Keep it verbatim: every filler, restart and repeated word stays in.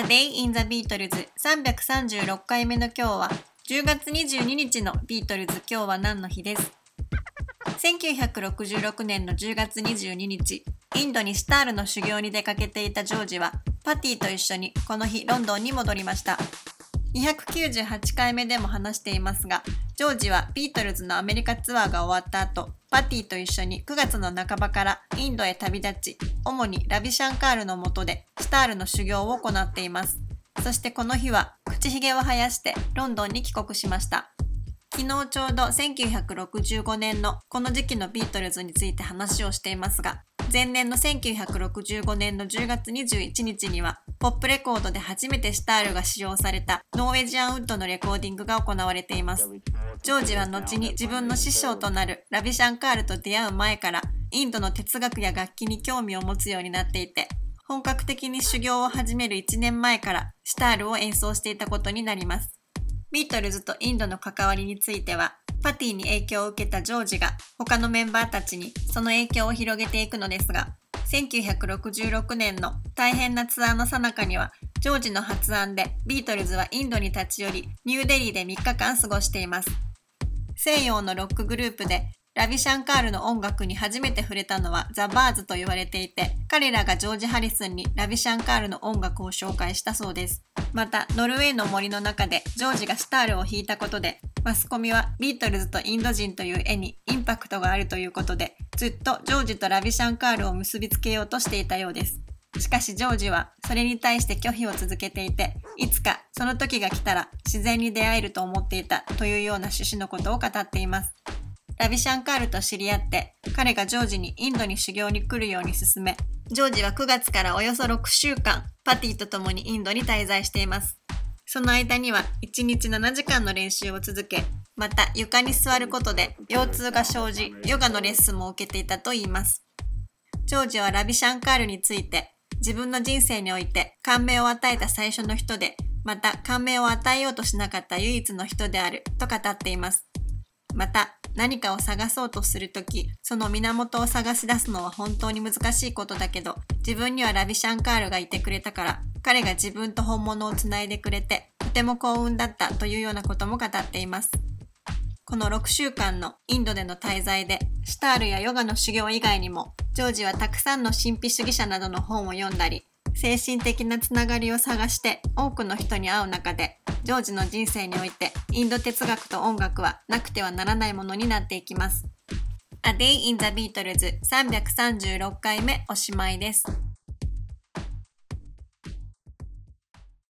A Day in the Beatles さんびゃくさんじゅうろっかいめの今日はじゅうがつにじゅうににちのビートルズ今日は何の日です。せんきゅうひゃくろくじゅうろくねんのじゅうがつにじゅうににち、インドにシタールの修行に出かけていたジョージはパティと一緒にこの日ロンドンに戻りました。にひゃくきゅうじゅうはちかいめでも話していますが、ジョージはビートルズのアメリカツアーが終わった後、パティと一緒にくがつの半ばからインドへ旅立ち、主にラビシャンカールの下でシタールの修行を行っています。そしてこの日は口ひげを生やしてロンドンに帰国しました。昨日ちょうどせんきゅうひゃくろくじゅうごねんのこの時期のビートルズについて話をしていますが、前年のせんきゅうひゃくろくじゅうごねんのじゅうがつにじゅういちにちにはポップレコードで初めてシタールが使用されたノーウェジアンウッドのレコーディングが行われています。ジョージは後に自分の師匠となるラビシャンカールと出会う前からインドの哲学や楽器に興味を持つようになっていて、本格的に修行を始めるいちねんまえからシタールを演奏していたことになります。ビートルズとインドの関わりについては、パティに影響を受けたジョージが他のメンバーたちにその影響を広げていくのですが、せんきゅうひゃくろくじゅうろくねんの大変なツアーの最中には、ジョージの発案でビートルズはインドに立ち寄り、ニューデリーでみっかかん過ごしています。西洋のロックグループでラビシャンカールの音楽に初めて触れたのはザ・バーズと言われていて、彼らがジョージ・ハリスンにラビシャンカールの音楽を紹介したそうです。また、ノルウェーの森の中でジョージがシタールを弾いたことで、マスコミはビートルズとインド人という絵にインパクトがあるということで、ずっとジョージとラビシャンカールを結びつけようとしていたようです。しかしジョージはそれに対して拒否を続けていて、いつかその時が来たら自然に出会えると思っていたというような趣旨のことを語っています。ラビシャンカールと知り合って、彼がジョージにインドに修行に来るように勧め、ジョージはくがつからおよそろくしゅうかん、パティと共にインドに滞在しています。その間にはいちにちななじかんの練習を続け、また床に座ることで腰痛が生じ、ヨガのレッスンも受けていたといいます。ジョージはラビシャンカールについて、自分の人生において感銘を与えた最初の人で、また感銘を与えようとしなかった唯一の人であると語っています。また、何かを探そうとするとき、その源を探し出すのは本当に難しいことだけど、自分にはラビシャンカールがいてくれたから、彼が自分と本物をつないでくれて、とても幸運だったというようなことも語っています。このろくしゅうかんのインドでの滞在で、シタールやヨガの修行以外にも、ジョージはたくさんの神秘主義者などの本を読んだり、精神的なつながりを探して多くの人に会う中で、ジョージの人生においてインド哲学と音楽はなくてはならないものになっていきます。A Day in the Beatles さんびゃくさんじゅうろっかいめおしまいです。